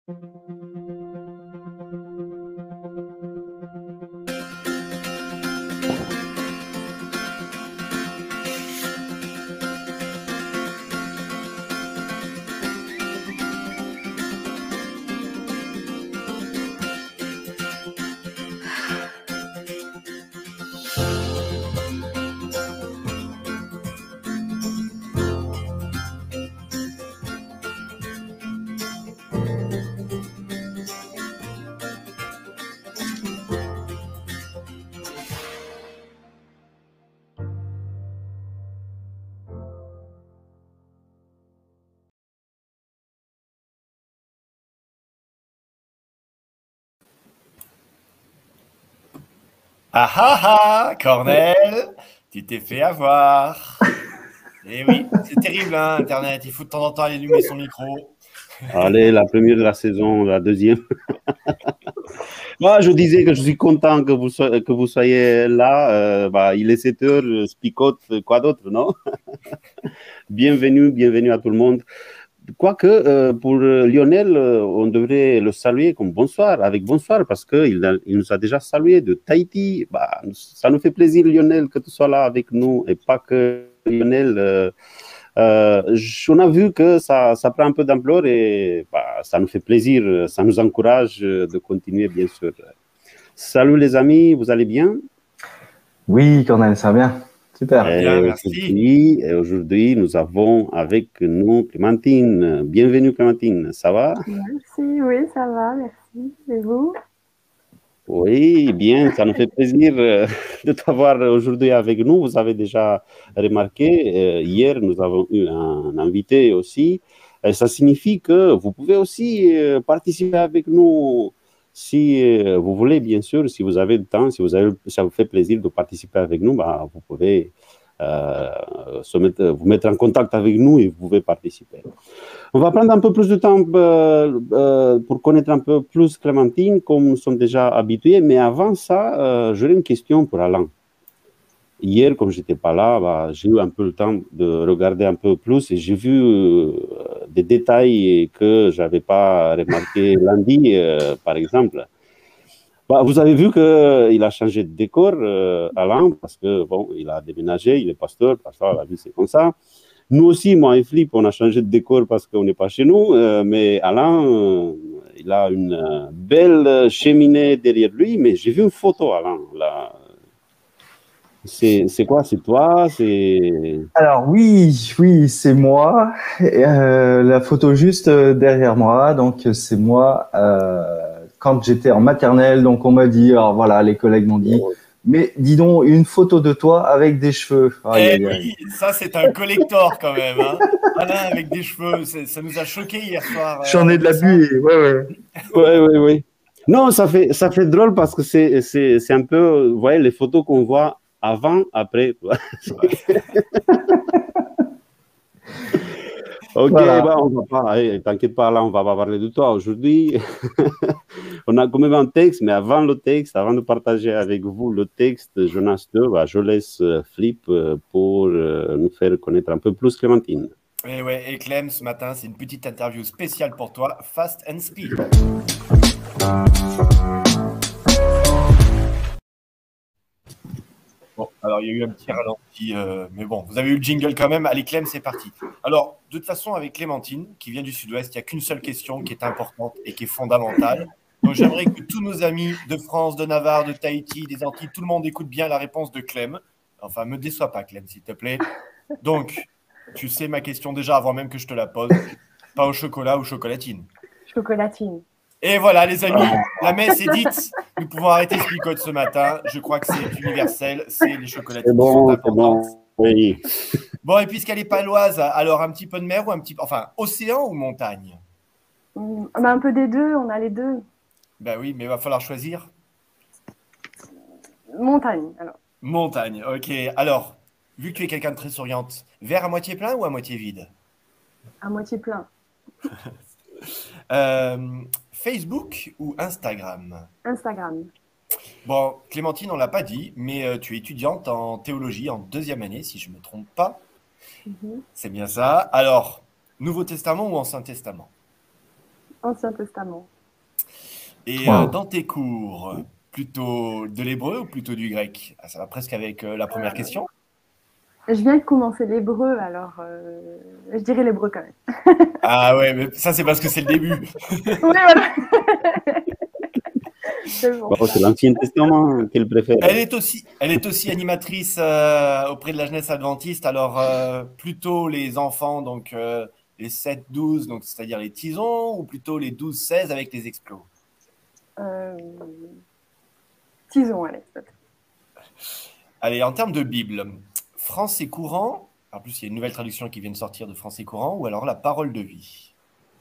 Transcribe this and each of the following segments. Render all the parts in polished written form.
Ah ah ah, Cornel, tu t'es fait avoir. Eh oui, c'est terrible, hein, Internet. Il faut de temps en temps allumer son micro. Allez, la première de la saison, la deuxième. Moi, je disais que je suis content que vous soyez là. Il est 7 heures, je spicote, quoi d'autre, non? Bienvenue à tout le monde. Quoique, pour Lionel, on devrait le saluer comme bonsoir, avec bonsoir, parce qu'il nous a déjà salué de Tahiti. Ça nous fait plaisir, Lionel, que tu sois là avec nous, et pas que Lionel. On a vu que ça prend un peu d'ampleur et ça nous fait plaisir, ça nous encourage de continuer, bien sûr. Salut les amis, vous allez bien? Oui, Cornel, ça va bien. Super. Bien, merci. Aujourd'hui, nous avons avec nous Clémentine. Bienvenue Clémentine, ça va? Merci, oui, ça va, merci. Et vous? Oui, bien, ça nous fait plaisir de t'avoir aujourd'hui avec nous. Vous avez déjà remarqué, hier, nous avons eu un invité aussi. Ça signifie que vous pouvez aussi participer avec nous si vous voulez, bien sûr, si vous avez le temps, ça vous fait plaisir de participer avec nous, vous pouvez vous mettre en contact avec nous et vous pouvez participer. On va prendre un peu plus de temps pour connaître un peu plus Clémentine, comme nous sommes déjà habitués. Mais avant ça, j'aurais une question pour Alain. Hier, comme je n'étais pas là, j'ai eu un peu le temps de regarder un peu plus et j'ai vu des détails que je n'avais pas remarqué lundi, par exemple. Vous avez vu qu'il a changé de décor, Alain, parce que il a déménagé, il est pasteur, la vie c'est comme ça. Nous aussi, moi et Flip, on a changé de décor parce qu'on n'est pas chez nous, mais Alain, il a une belle cheminée derrière lui, mais j'ai vu une photo, Alain, là. C'est quoi? C'est toi? Alors oui, c'est moi. La photo juste derrière moi, donc c'est moi quand j'étais en maternelle. Donc on m'a dit, alors voilà, les collègues m'ont dit, mais dis donc une photo de toi avec des cheveux. Oui, ça c'est un collector quand même, hein. Alain avec des cheveux, ça nous a choqué hier soir. J'en ai de la buée, ouais. Non, ça fait drôle parce que c'est un peu, vous voyez, les photos qu'on voit avant, après. Ok, voilà. on va pas, t'inquiète pas, là, on va pas parler de toi aujourd'hui. On a quand même un texte, mais avant le texte, avant de partager avec vous le texte Jonas 2, je laisse Flip pour nous faire connaître un peu plus Clémentine. Et Clem, ce matin, c'est une petite interview spéciale pour toi, Fast and Speed. Bon, alors il y a eu un petit ralenti, mais bon, vous avez eu le jingle quand même. Allez, Clem, c'est parti. Alors, de toute façon, avec Clémentine, qui vient du Sud-Ouest, il n'y a qu'une seule question qui est importante et qui est fondamentale. Donc, j'aimerais que tous nos amis de France, de Navarre, de Tahiti, des Antilles, tout le monde écoute bien la réponse de Clem. Enfin, me déçois pas, Clem, s'il te plaît. Donc, tu sais ma question déjà avant même que je te la pose. Pas au chocolat ou chocolatine? Chocolatine. Et voilà, les amis, la messe est dite. Nous pouvons arrêter ce picote ce matin. Je crois que c'est universel. C'est les chocolatines qui sont importantes. Oui. Bon, et puisqu'elle est paloise, alors un petit peu de mer ou océan ou montagne? Un peu des deux, on a les deux. Ben oui, mais il va falloir choisir. Montagne, alors. Montagne, ok. Alors, vu que tu es quelqu'un de très souriante, verre à moitié plein ou à moitié vide? À moitié plein. Facebook ou Instagram? Instagram. Bon, Clémentine, on ne l'a pas dit, mais tu es étudiante en théologie en 2e année, si je ne me trompe pas. Mm-hmm. C'est bien ça. Alors, Nouveau Testament ou Ancien Testament? Ancien Testament. Et dans tes cours, plutôt de l'hébreu ou plutôt du grec? Ça va presque avec la première question. Je viens de commencer l'hébreu, alors je dirais l'hébreu quand même. Ah ouais, mais ça c'est parce que c'est le début. Oui, voilà. C'est bon. Bon, c'est l'Ancien Testament qu'elle préfère. Elle est aussi animatrice auprès de la jeunesse adventiste. Alors, plutôt les enfants, donc les 7-12, donc c'est-à-dire les tisons, ou plutôt les 12-16 avec les explos? Tison, allez, peut-être. Allez, en termes de Bible, français courant, en plus il y a une nouvelle traduction qui vient de sortir de français courant, ou alors la parole de vie?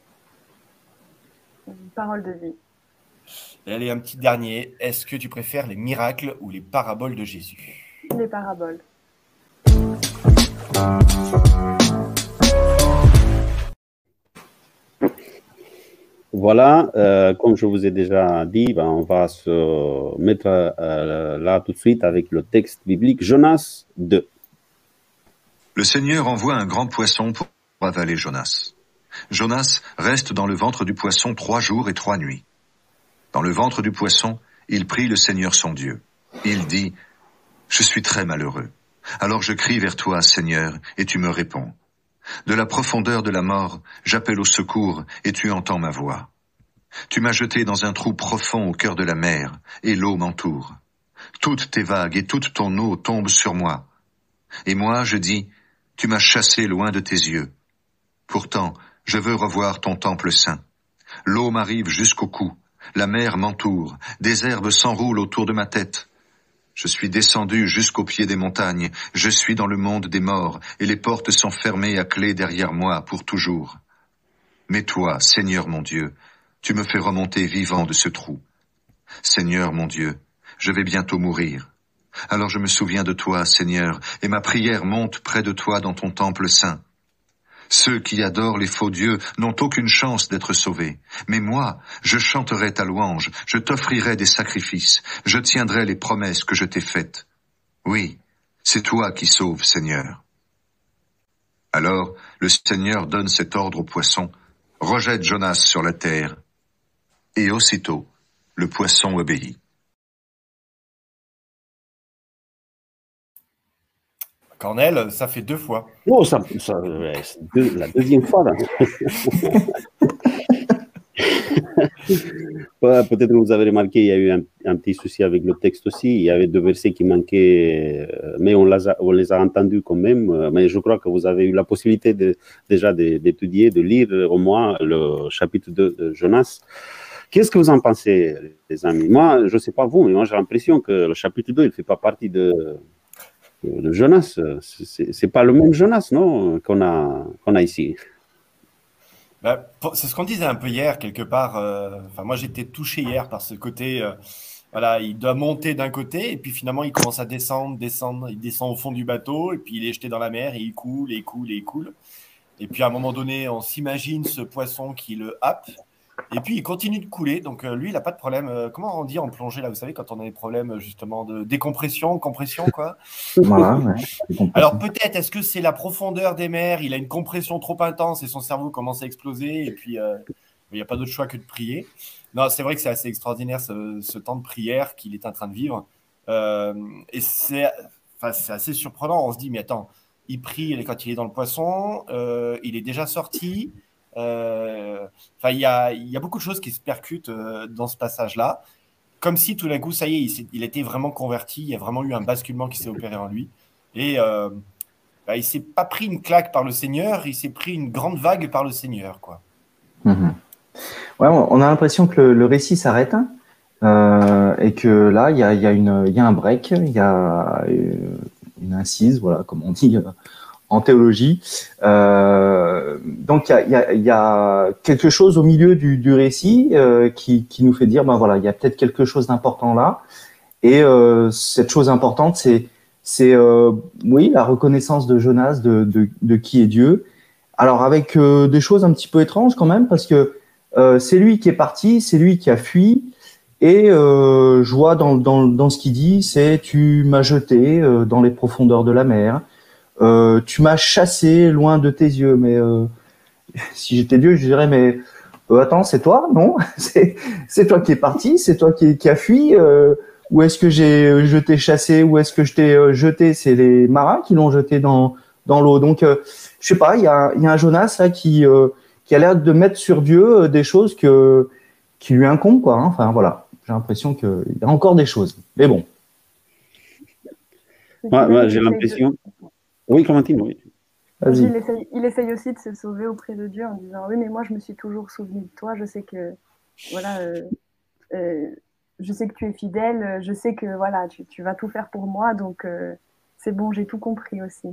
Parole de vie. Et allez, un petit dernier. Est-ce que tu préfères les miracles ou les paraboles de Jésus? Les paraboles. Voilà, comme je vous ai déjà dit, on va se mettre là tout de suite avec le texte biblique, Jonas 2. Le Seigneur envoie un grand poisson pour avaler Jonas. Jonas reste dans le ventre du poisson 3 jours et 3 nuits. Dans le ventre du poisson, il prie le Seigneur son Dieu. Il dit, « Je suis très malheureux. Alors je crie vers toi, Seigneur, et tu me réponds. De la profondeur de la mort, j'appelle au secours, et tu entends ma voix. Tu m'as jeté dans un trou profond au cœur de la mer, et l'eau m'entoure. Toutes tes vagues et toute ton eau tombent sur moi. Et moi, je dis, tu m'as chassé loin de tes yeux. Pourtant, je veux revoir ton temple saint. L'eau m'arrive jusqu'au cou. La mer m'entoure, des herbes s'enroulent autour de ma tête. Je suis descendu jusqu'au pied des montagnes, je suis dans le monde des morts, et les portes sont fermées à clé derrière moi pour toujours. Mais toi, Seigneur mon Dieu, tu me fais remonter vivant de ce trou. Seigneur mon Dieu, je vais bientôt mourir. Alors je me souviens de toi, Seigneur, et ma prière monte près de toi dans ton temple saint. Ceux qui adorent les faux dieux n'ont aucune chance d'être sauvés. Mais moi, je chanterai ta louange, je t'offrirai des sacrifices, je tiendrai les promesses que je t'ai faites. Oui, c'est toi qui sauves, Seigneur. Alors, le Seigneur donne cet ordre au poisson, rejette Jonas sur la terre. Et aussitôt, le poisson obéit. Cornel, ça fait 2 fois. Oh, c'est la deuxième fois, là. Ouais, peut-être que vous avez remarqué, il y a eu un petit souci avec le texte aussi. Il y avait 2 versets qui manquaient, mais on les a entendus quand même. Mais je crois que vous avez eu la possibilité déjà d'étudier, de lire au moins le chapitre 2 de Jonas. Qu'est-ce que vous en pensez, les amis? Moi, je ne sais pas vous, mais moi j'ai l'impression que le chapitre 2, il ne fait pas partie de Jonas. C'est pas le même Jonas, non, qu'on a ici. C'est ce qu'on disait un peu hier, quelque part. Moi, j'étais touché hier par ce côté. Voilà, il doit monter d'un côté, et puis finalement, il commence à descendre. Il descend au fond du bateau, et puis il est jeté dans la mer, et il coule, et il coule, et il coule. Et puis à un moment donné, on s'imagine ce poisson qui le happe. Et puis, il continue de couler. Donc, lui, il n'a pas de problème. Comment on dit en plongée, là, vous savez, quand on a des problèmes, justement, de décompression, compression, quoi. Voilà, ouais. Alors, peut-être, est-ce que c'est la profondeur des mers? Il a une compression trop intense et son cerveau commence à exploser. Et puis, il n'y a pas d'autre choix que de prier. Non, c'est vrai que c'est assez extraordinaire, ce temps de prière qu'il est en train de vivre. Et c'est assez surprenant. On se dit, mais attends, il prie quand il est dans le poisson. Il est déjà sorti. Il y a beaucoup de choses qui se percutent dans ce passage-là, comme si tout d'un coup, ça y est, il était vraiment converti, il y a vraiment eu un basculement qui s'est opéré en lui, et il s'est pas pris une claque par le Seigneur, il s'est pris une grande vague par le Seigneur, quoi. Ouais, on a l'impression que le récit s'arrête, et que là, il y a un break, il y a une incise, voilà, comme on dit en théologie. Donc il y a quelque chose au milieu du récit qui nous fait dire, ben voilà, il y a peut-être quelque chose d'important là. Et cette chose importante, c'est oui, la reconnaissance de Jonas de qui est Dieu. Alors avec des choses un petit peu étranges quand même, parce que c'est lui qui est parti, c'est lui qui a fui. Et je vois dans ce qu'il dit, c'est tu m'as jeté dans les profondeurs de la mer. Tu m'as chassé loin de tes yeux, mais si j'étais Dieu, je dirais, mais Attends, c'est toi? Non? C'est toi qui es parti? C'est toi qui a fui? Où est-ce que je t'ai chassé? Où est-ce que je t'ai jeté? C'est les marins qui l'ont jeté dans l'eau. Donc, je sais pas, il y a un Jonas là qui a l'air de mettre sur Dieu des choses qui lui incombent, quoi. Hein. Enfin, voilà. J'ai l'impression qu'il y a encore des choses. Mais bon. Moi, j'ai l'impression. Oui, Clémentine, oui. Vas-y. Il essaye aussi de se sauver auprès de Dieu en disant oui, mais moi je me suis toujours souvenu de toi, je sais que voilà, je sais que tu es fidèle, je sais que voilà, tu vas tout faire pour moi, donc c'est bon, j'ai tout compris aussi.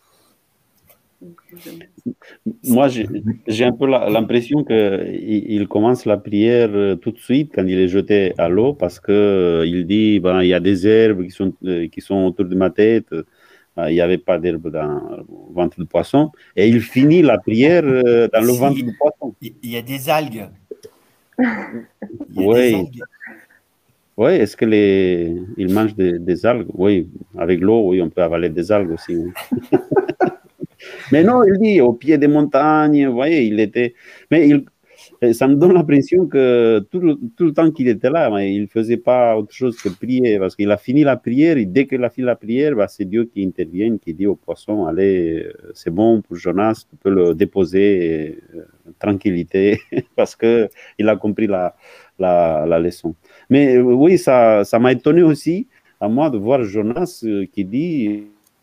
Moi, j'ai un peu l'impression qu'il commence la prière tout de suite quand il est jeté à l'eau parce qu'il dit ben, il y a des herbes qui sont autour de ma tête. Il n'y avait pas d'herbe dans le ventre du poisson. Et il finit la prière dans le ventre du poisson. Il y a des algues. Oui. Oui, est-ce qu'il mange des algues? Oui, avec l'eau, oui, on peut avaler des algues aussi. Oui. Mais non, il dit au pied des montagnes, vous voyez, il était. Mais ça me donne l'impression que tout le temps qu'il était là, il ne faisait pas autre chose que prier, parce qu'il a fini la prière, et dès qu'il a fini la prière, bah, c'est Dieu qui intervient, qui dit au poisson, allez, c'est bon pour Jonas, tu peux le déposer, tranquillité, parce qu'il a compris la leçon. Mais oui, ça m'a étonné aussi, à moi, de voir Jonas qui dit...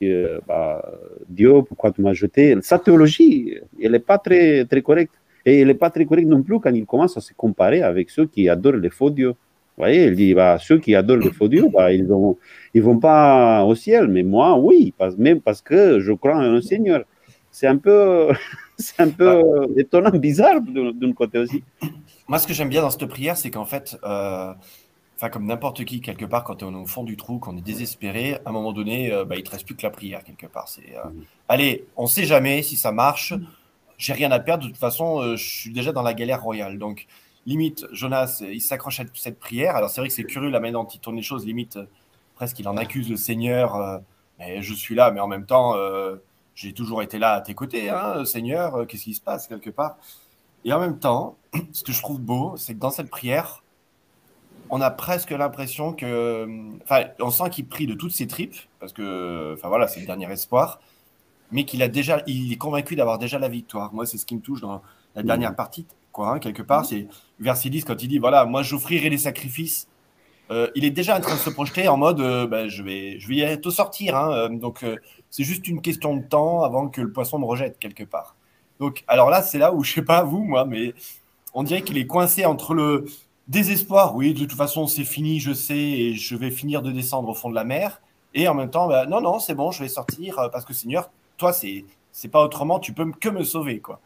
Dieu, pourquoi tu m'as jeté? Sa théologie, elle n'est pas très, très correcte. Et elle n'est pas très correcte non plus quand il commence à se comparer avec ceux qui adorent les faux dieux. Vous voyez, il dit, ceux qui adorent les faux dieux, ils vont pas au ciel. Mais moi, oui, même parce que je crois en un Seigneur. C'est un peu, étonnant, bizarre d'un côté aussi. Moi, ce que j'aime bien dans cette prière, c'est qu'en fait... comme n'importe qui, quelque part, quand on est au fond du trou, qu'on est désespéré, à un moment donné, il ne te reste plus que la prière, quelque part. Allez, on ne sait jamais si ça marche, j'ai rien à perdre, de toute façon, je suis déjà dans la galère royale. Donc, limite, Jonas, il s'accroche à cette prière. Alors, c'est vrai que c'est curieux la manière dont il tourne les choses, limite, presque il en accuse le Seigneur. Mais je suis là, mais en même temps, j'ai toujours été là à tes côtés, hein, Seigneur, qu'est-ce qui se passe, quelque part? Et en même temps, ce que je trouve beau, c'est que dans cette prière, on a presque l'impression que, on sent qu'il prie de toutes ses tripes parce que, voilà, c'est le dernier espoir, mais il est convaincu d'avoir déjà la victoire. Moi, c'est ce qui me touche dans la dernière partie, quoi. Hein, quelque part, c'est verset 10 quand il dit, voilà, moi, j'offrirai les sacrifices. Il est déjà en train de se projeter en mode, je vais bientôt sortir. Hein, donc, c'est juste une question de temps avant que le poisson me rejette quelque part. Donc, alors là, c'est là où je sais pas vous, moi, mais on dirait qu'il est coincé entre le désespoir, oui, de toute façon, c'est fini, je sais, et je vais finir de descendre au fond de la mer. Et en même temps, non, c'est bon, je vais sortir parce que Seigneur, toi, c'est pas autrement, tu peux que me sauver, quoi.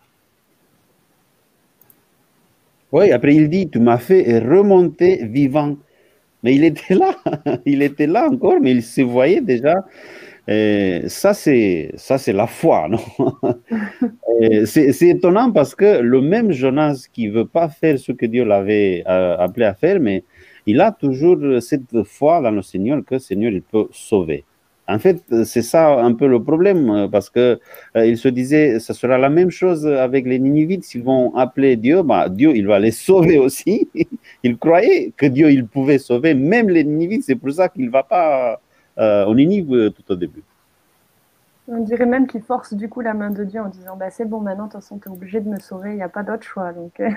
Oui, après il dit, tu m'as fait remonter vivant. Mais il était là encore, mais il se voyait déjà. Ça, c'est la foi, non? C'est étonnant parce que le même Jonas qui ne veut pas faire ce que Dieu l'avait appelé à faire, mais il a toujours cette foi dans le Seigneur que le Seigneur il peut sauver. En fait, c'est ça un peu le problème parce que il se disait, ce sera la même chose avec les Ninivites, s'ils vont appeler Dieu, Dieu il va les sauver aussi. Il croyait que Dieu il pouvait sauver même les Ninivites, c'est pour ça qu'il ne va pas au Ninive tout au début. On dirait même qu'il force du coup la main de Dieu en disant c'est bon, maintenant de toute façon tu es obligé de me sauver, il n'y a pas d'autre choix.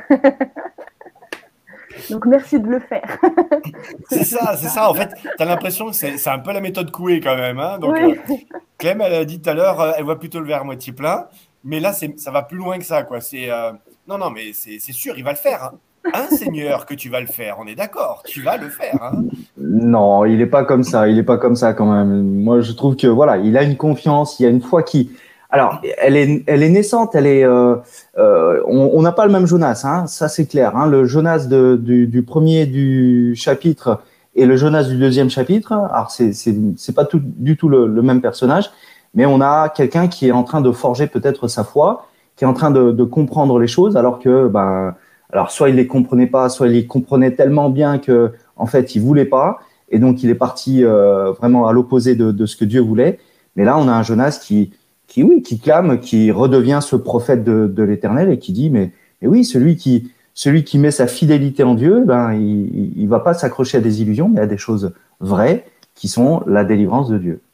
Donc merci de le faire. C'est ça, en fait, tu as l'impression que c'est un peu la méthode Coué quand même. Hein. Donc, oui. Clem, elle a dit tout à l'heure, elle voit plutôt le verre à moitié plein, mais là, ça va plus loin que ça. Quoi. Non, mais c'est sûr, il va le faire. Hein. Seigneur, que tu vas le faire, on est d'accord, tu vas le faire. Hein. Non, il n'est pas comme ça, quand même. Moi, je trouve que voilà, il a une confiance, il y a une foi qui... Alors, elle est naissante, on n'a pas le même Jonas, hein, ça c'est clair. Hein, le Jonas du premier du chapitre et le Jonas du deuxième chapitre, alors c'est pas du tout le même personnage, mais on a quelqu'un qui est en train de forger peut-être sa foi, qui est en train de comprendre les choses, alors que alors soit il les comprenait pas, soit il les comprenait tellement bien que en fait il voulait pas, et donc il est parti vraiment à l'opposé de ce que Dieu voulait. Mais là, on a un Jonas qui clame, qui redevient ce prophète de l'Éternel et qui dit mais oui, celui qui celui qui met sa fidélité en Dieu, ben, il va pas s'accrocher à des illusions, mais à des choses vraies qui sont la délivrance de Dieu.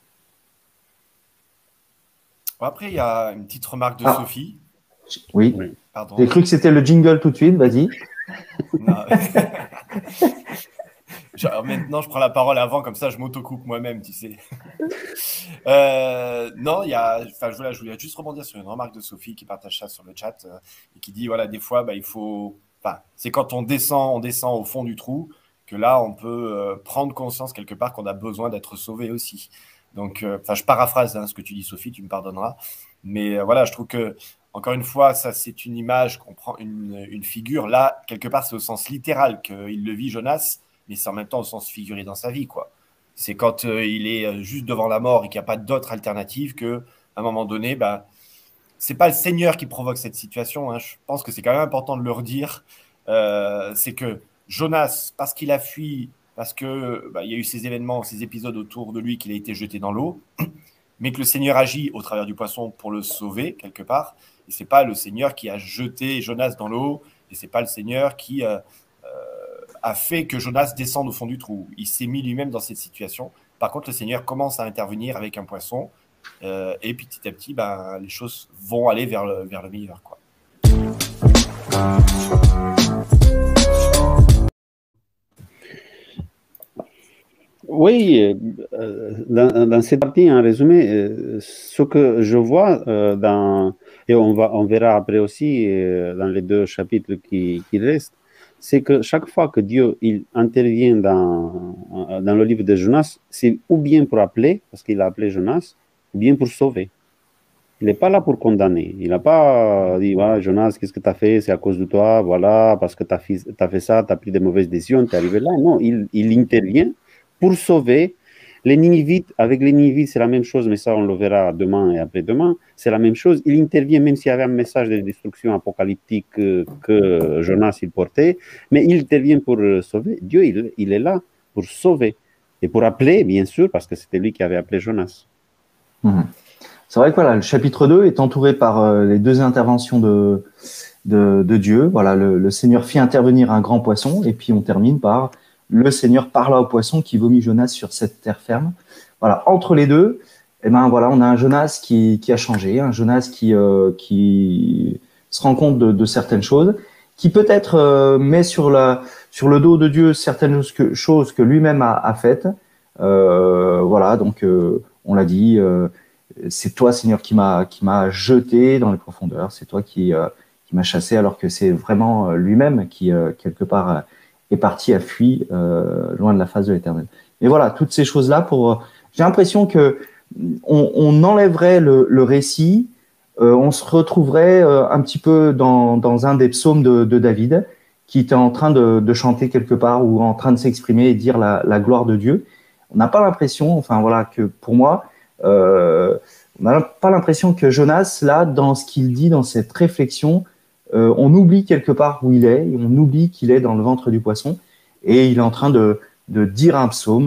Après, il y a une petite remarque de Ah. Sophie. Oui. Pardon. J'ai cru que c'était le jingle tout de suite, vas-y. Non. Maintenant, je prends la parole avant, comme ça, je m'autocoupe moi-même, tu sais. Non, je voulais juste rebondir sur une remarque de Sophie qui partage ça sur le chat et qui dit, voilà, des fois, il faut... c'est quand on descend au fond du trou que là, on peut prendre conscience quelque part qu'on a besoin d'être sauvé aussi. Donc, je paraphrase ce que tu dis, Sophie, tu me pardonneras. Mais voilà, je trouve que, encore une fois, ça, c'est une image qu'on prend, une figure. Là, quelque part, c'est au sens littéral qu'il le vit, Jonas, mais c'est en même temps au sens figuré dans sa vie, quoi. C'est quand il est juste devant la mort et qu'il n'y a pas d'autre alternative qu'à un moment donné, c'est pas le Seigneur qui provoque cette situation. Je pense que c'est quand même important de le redire. C'est que Jonas, parce qu'il a fui, parce qu'il y a eu ces événements, ces épisodes autour de lui qu'il a été jeté dans l'eau, mais que le Seigneur agit au travers du poisson pour le sauver quelque part. Et c'est pas le Seigneur qui a jeté Jonas dans l'eau, et c'est pas le Seigneur qui a fait que Jonas descende au fond du trou. Il s'est mis lui-même dans cette situation. Par contre, le Seigneur commence à intervenir avec un poisson, et petit à petit, les choses vont aller vers le meilleur, quoi. Oui, dans cette partie, en résumé, ce que je vois et on verra après aussi dans les 2 chapitres qui restent, c'est que chaque fois que Dieu il intervient dans le livre de Jonas, c'est ou bien pour appeler, parce qu'il a appelé Jonas, ou bien pour sauver. Il n'est pas là pour condamner. Il n'a pas dit, voilà, Jonas, qu'est-ce que tu as fait? C'est à cause de toi, voilà, parce que tu as fait ça, tu as pris des mauvaises décisions, tu es arrivé là. Non, il intervient pour sauver. Les Ninivites, avec les Ninivites, c'est la même chose, mais ça, on le verra demain et après-demain. C'est la même chose. Il intervient, même s'il y avait un message de destruction apocalyptique que Jonas, il portait, mais il intervient pour sauver. Dieu, il est là pour sauver. Et pour appeler, bien sûr, parce que c'était lui qui avait appelé Jonas. C'est vrai que voilà, le chapitre 2 est entouré par les 2 interventions de Dieu. Voilà, le Seigneur fit intervenir un grand poisson, et puis on termine par le Seigneur parla au poisson qui vomit Jonas sur cette terre ferme. Voilà, entre les deux, voilà, on a un Jonas qui a changé, un Jonas qui se rend compte de certaines choses, qui peut-être met sur le dos de Dieu certaines choses que lui-même a faites. Voilà, donc on l'a dit. C'est toi, Seigneur, qui m'a jeté dans les profondeurs. C'est toi qui m'a chassé, alors que c'est vraiment lui-même qui, quelque part, est parti, a fui loin de la face de l'Éternel. Mais voilà, toutes ces choses-là, j'ai l'impression que on enlèverait le récit, on se retrouverait un petit peu dans un des psaumes de David, qui était en train de chanter quelque part ou en train de s'exprimer et dire la gloire de Dieu. On n'a pas l'impression, enfin voilà, que pour moi, on n'a pas l'impression que Jonas, là, dans ce qu'il dit, dans cette réflexion, on oublie quelque part où il est, et on oublie qu'il est dans le ventre du poisson, et il est en train de dire un psaume,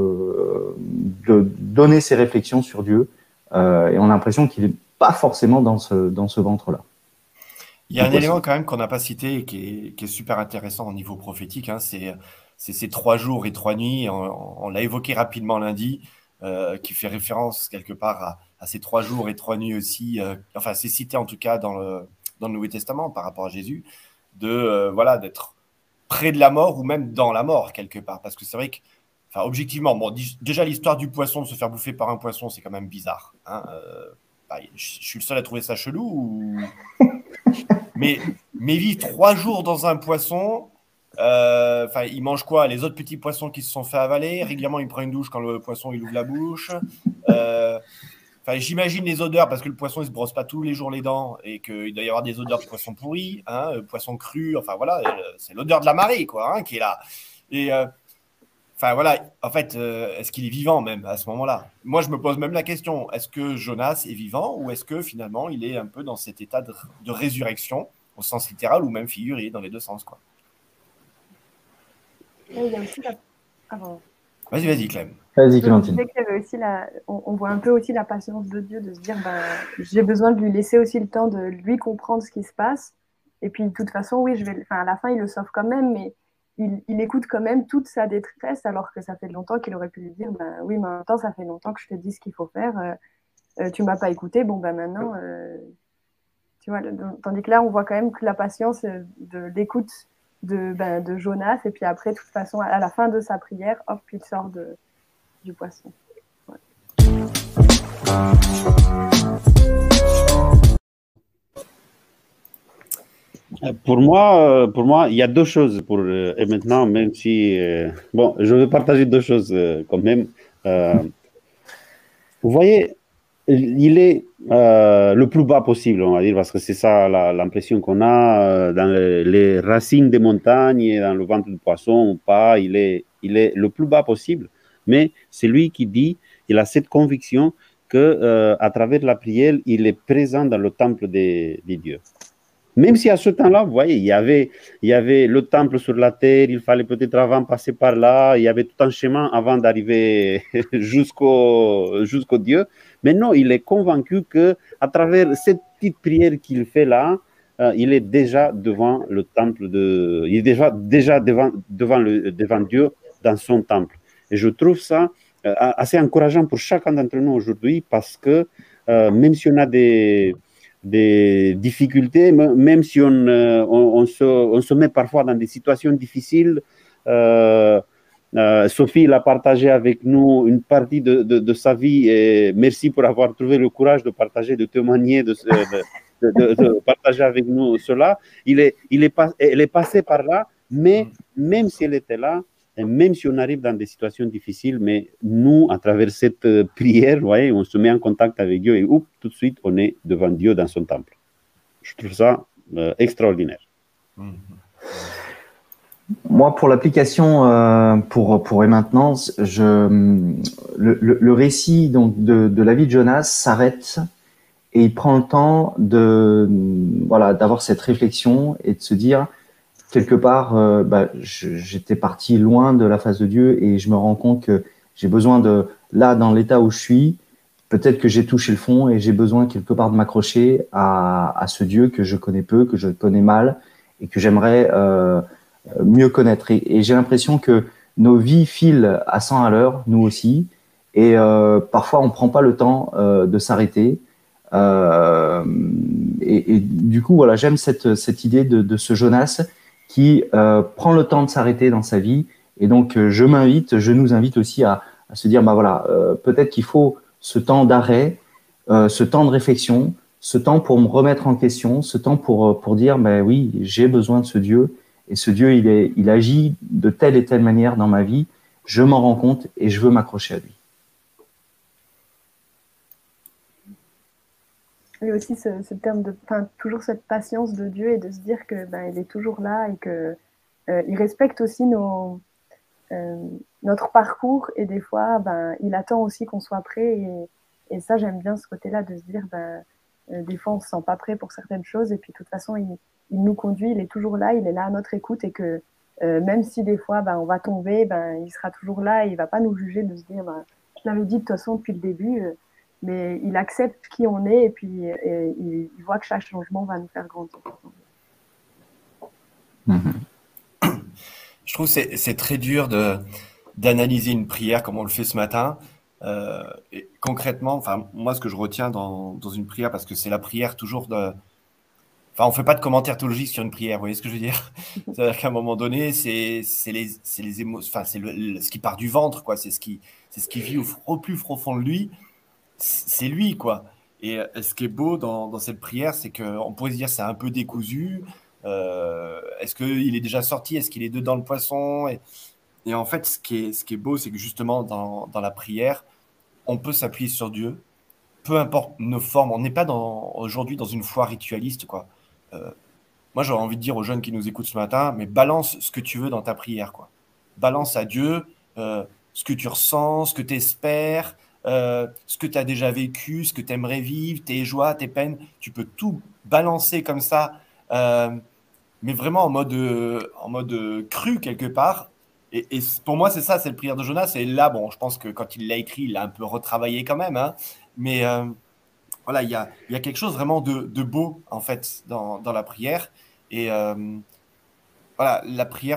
de donner ses réflexions sur Dieu, et on a l'impression qu'il n'est pas forcément dans ce ventre-là. Il y a un élément quand même qu'on n'a pas cité et qui est super intéressant au niveau prophétique, c'est ces 3 jours et 3 nuits, on l'a évoqué rapidement lundi, qui fait référence quelque part à ces 3 jours et 3 nuits aussi, enfin c'est cité en tout cas dans le Nouveau Testament par rapport à Jésus, d'être près de la mort ou même dans la mort quelque part, parce que c'est vrai que, enfin objectivement, bon, déjà l'histoire du poisson, de se faire bouffer par un poisson, c'est quand même bizarre, je suis le seul à trouver ça chelou mais vivre 3 jours dans un poisson, il mange quoi? Les autres petits poissons qui se sont fait avaler. Régulièrement, il prend une douche quand le poisson il ouvre la bouche. J'imagine les odeurs, parce que le poisson il se brosse pas tous les jours les dents et qu'il doit y avoir des odeurs de poisson pourri, poisson cru. Enfin voilà, c'est l'odeur de la marée quoi, qui est là. Et en fait, est-ce qu'il est vivant même à ce moment-là? Moi, je me pose même la question, est-ce que Jonas est vivant ou est-ce que finalement il est un peu dans cet état de résurrection au sens littéral ou même figuré, dans les 2 sens, quoi. Il y a aussi Vas-y, Clem. Vas-y, Clémentine. On voit un peu aussi la patience de Dieu, de se dire j'ai besoin de lui laisser aussi le temps de lui comprendre ce qui se passe Et puis, de toute façon, oui, à la fin, il le sauve quand même, mais il écoute quand même toute sa détresse, alors que ça fait longtemps qu'il aurait pu lui dire, ben oui, maintenant, ça fait longtemps que je te dis ce qu'il faut faire. Tu m'as pas écouté, bon, ben maintenant, tu vois, tandis que là, on voit quand même que la patience de l'écoute de Jonas, et puis après, de toute façon, à la fin de sa prière, hop, il sort du poisson. Ouais. Pour moi, il y a deux choses et maintenant, même si bon, je vais partager deux choses quand même. Vous voyez, il est le plus bas possible, on va dire, parce que c'est ça l'impression qu'on a dans les racines des montagnes et dans le ventre du poisson ou pas. Il est le plus bas possible, mais c'est lui qui dit, il a cette conviction que à travers la prière, il est présent dans le temple des dieux. Même si à ce temps-là, vous voyez, il y avait le temple sur la terre, il fallait peut-être avant passer par là, il y avait tout un chemin avant d'arriver jusqu'au Dieu. Mais non, il est convaincu que à travers cette petite prière qu'il fait là, il est déjà devant le temple il est déjà devant Dieu dans son temple. Et je trouve ça assez encourageant pour chacun d'entre nous aujourd'hui parce que même si on a des difficultés, même si on se met parfois dans des situations difficiles. Sophie l'a partagé avec nous une partie de sa vie et merci pour avoir trouvé le courage de partager, de témoigner, de partager avec nous cela. Elle est passée par là, mais même si elle était là, et même si on arrive dans des situations difficiles, mais nous, à travers cette prière, vous voyez, on se met en contact avec Dieu et tout de suite, on est devant Dieu dans son temple. Je trouve ça extraordinaire. Moi, pour l'application pour et maintenant, le récit donc de la vie de Jonas s'arrête et il prend le temps d'avoir cette réflexion et de se dire quelque part, j'étais parti loin de la face de Dieu et je me rends compte que j'ai besoin là, dans l'état où je suis, peut-être que j'ai touché le fond et j'ai besoin quelque part de m'accrocher à ce Dieu que je connais peu, que je connais mal et que j'aimerais mieux connaître. Et j'ai l'impression que nos vies filent à 100 à l'heure, nous aussi, et parfois on prend pas le temps de s'arrêter. Et du coup, voilà, j'aime cette idée de ce Jonas qui prend le temps de s'arrêter dans sa vie. Et donc, je nous invite aussi à se dire, peut-être qu'il faut ce temps d'arrêt, ce temps de réflexion, ce temps pour me remettre en question, ce temps pour dire, oui, j'ai besoin de ce Dieu. Et ce Dieu, il agit de telle et telle manière dans ma vie. Je m'en rends compte et je veux m'accrocher à lui. Et aussi ce terme toujours cette patience de Dieu et de se dire que il est toujours là et que il respecte aussi notre parcours et des fois il attend aussi qu'on soit prêt et ça j'aime bien ce côté-là de se dire des fois on se sent pas prêt pour certaines choses et puis de toute façon il nous conduit, il est toujours là, il est là à notre écoute et que même si des fois on va tomber, il sera toujours là et il va pas nous juger de se dire je l'avais dit de toute façon depuis le début. Mais il accepte qui on est et puis il voit que chaque changement va nous faire grandir. Je trouve que c'est très dur d'analyser une prière comme on le fait ce matin. Et concrètement, moi, ce que je retiens dans une prière, parce que c'est la prière toujours on ne fait pas de commentaire théologique sur une prière, vous voyez ce que je veux dire? C'est-à-dire qu'à un moment donné, c'est les émotions, c'est ce qui part du ventre, quoi. C'est ce qui vit au plus profond de lui. C'est lui, quoi. Et ce qui est beau dans cette prière, c'est qu'on pourrait se dire c'est un peu décousu. Est-ce qu'il est déjà sorti? Est-ce qu'il est dedans le poisson? Et en fait, ce qui est beau, c'est que justement, dans la prière, on peut s'appuyer sur Dieu, peu importe nos formes. On n'est pas aujourd'hui dans une foi ritualiste, quoi. Moi, j'aurais envie de dire aux jeunes qui nous écoutent ce matin, mais balance ce que tu veux dans ta prière, quoi. Balance à Dieu ce que tu ressens, ce que tu espères, ce que tu as déjà vécu, ce que tu aimerais vivre, tes joies, tes peines. Tu peux tout balancer comme ça, mais vraiment en mode cru quelque part. Et pour moi, c'est ça, c'est le prière de Jonas. Et là, bon, je pense que quand il l'a écrit, il l'a un peu retravaillé quand même, hein. Mais voilà, il y a quelque chose vraiment de beau, en fait, dans la prière. Et voilà, la prière,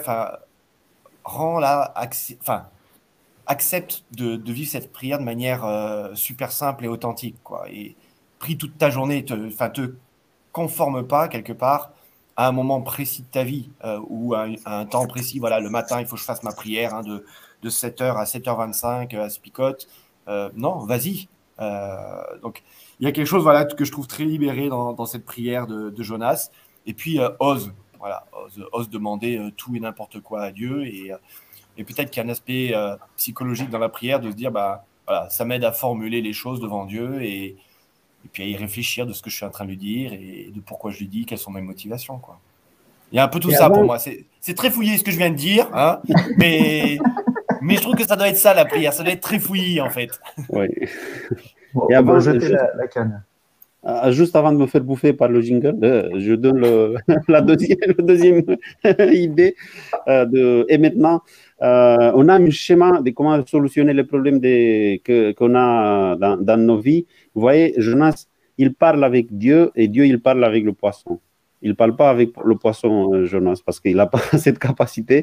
accepte de vivre cette prière de manière super simple et authentique, quoi. Et prie toute ta journée, te conforme pas quelque part à un moment précis de ta vie ou à un temps précis. Voilà, le matin, il faut que je fasse ma prière de 7h à 7h25 à Spicote. Non, vas-y. Donc, il y a quelque chose voilà, que je trouve très libéré dans cette prière de Jonas. Et puis, ose demander tout et n'importe quoi à Dieu. Et peut-être qu'il y a un aspect psychologique dans la prière de se dire, voilà, ça m'aide à formuler les choses devant Dieu et puis à y réfléchir de ce que je suis en train de lui dire et de pourquoi je lui dis, quelles sont mes motivations, quoi. Il y a un peu tout ça pour moi. C'est très fouillé ce que je viens de dire, hein, mais je trouve que ça doit être ça la prière. Ça doit être très fouillé en fait. Oui. Bon, Et on va avant, jeter la canne. Juste avant de me faire bouffer par le jingle, je donne la deuxième idée. Et maintenant, on a un schéma de comment solutionner les problèmes qu'on a dans nos vies. Vous voyez, Jonas, il parle avec Dieu et Dieu, il parle avec le poisson. Il ne parle pas avec le poisson, Jonas, parce qu'il n'a pas cette capacité.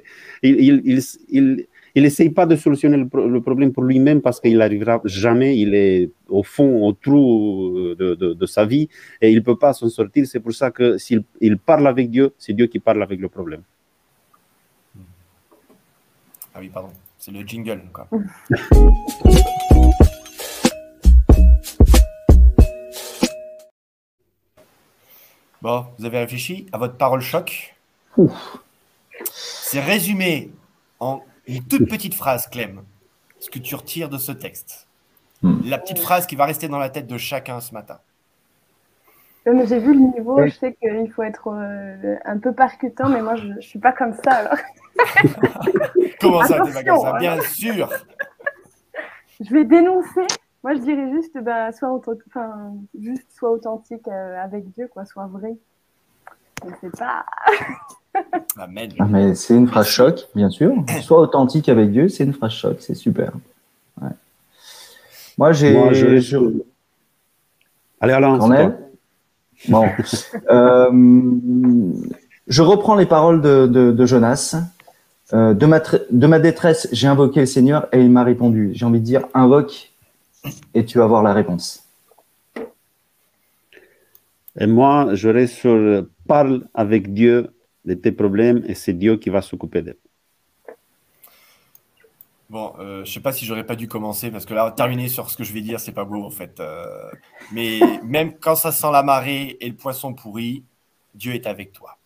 Il n'essaye pas de solutionner le problème pour lui-même parce qu'il n'arrivera jamais. Il est au fond, au trou de sa vie et il ne peut pas s'en sortir. C'est pour ça que s'il parle avec Dieu, c'est Dieu qui parle avec le problème. Ah oui, pardon. C'est le jingle, quoi. Bon, vous avez réfléchi à votre parole choc? C'est résumé en une toute petite phrase, Clem, ce que tu retires de ce texte. La petite phrase qui va rester dans la tête de chacun ce matin. Mais j'ai vu le niveau, je sais qu'il faut être un peu percutant, mais moi je ne suis pas comme ça alors. Comment ça, t'es pas comme ça? Bien sûr. Je vais dénoncer. Moi je dirais juste, sois authentique avec Dieu, quoi, sois vrai. Je ne sais pas. Amen. Ah, mais c'est une phrase choc, bien sûr. Sois authentique avec Dieu, c'est une phrase choc, c'est super. Ouais. Moi, Allez, Alain, Cornel. Bon. Je reprends les paroles de Jonas. De ma détresse, j'ai invoqué le Seigneur et il m'a répondu. J'ai envie de dire, invoque et tu vas voir la réponse. Et moi, je reste sur parle avec Dieu de tes problèmes et c'est Dieu qui va s'occuper d'eux. Bon, je ne sais pas si j'aurais pas dû commencer parce que là, terminer sur ce que je vais dire, c'est pas beau en fait. Mais même quand ça sent la marée et le poisson pourri, Dieu est avec toi.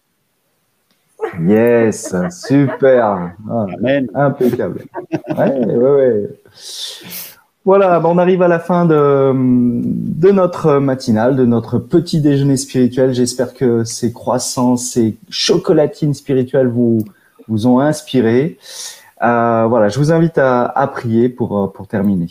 Yes, super. Amen. Impeccable. Ouais. Voilà, on arrive à la fin de notre matinale, de notre petit déjeuner spirituel. J'espère que ces croissants, ces chocolatines spirituelles vous ont inspiré. Voilà, je vous invite à prier pour terminer.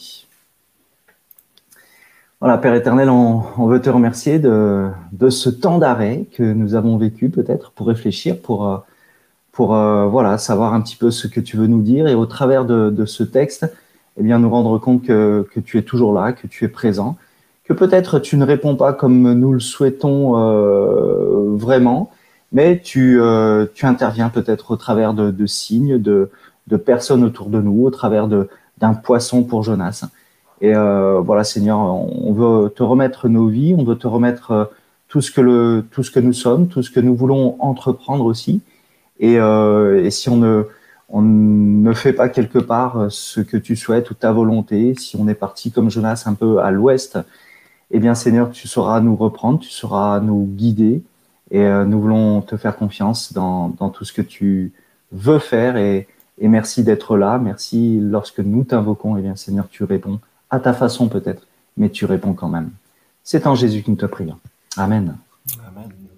Voilà, Père éternel, on veut te remercier de ce temps d'arrêt que nous avons vécu peut-être pour réfléchir, pour voilà, savoir un petit peu ce que tu veux nous dire et au travers de ce texte, eh bien, nous rendre compte que tu es toujours là, que tu es présent, que peut-être tu ne réponds pas comme nous le souhaitons vraiment, mais tu interviens peut-être au travers de signes, de personnes autour de nous, au travers d'un poisson pour Jonas. Et voilà, Seigneur, on veut te remettre nos vies, on veut te remettre tout ce que nous sommes, tout ce que nous voulons entreprendre aussi. Et si on ne fait pas quelque part ce que tu souhaites ou ta volonté, si on est parti comme Jonas un peu à l'ouest, eh bien Seigneur, tu sauras nous reprendre, tu sauras nous guider et nous voulons te faire confiance dans tout ce que tu veux faire et merci d'être là, merci lorsque nous t'invoquons, eh bien Seigneur, tu réponds à ta façon peut-être, mais tu réponds quand même. C'est en Jésus que nous te prions. Amen.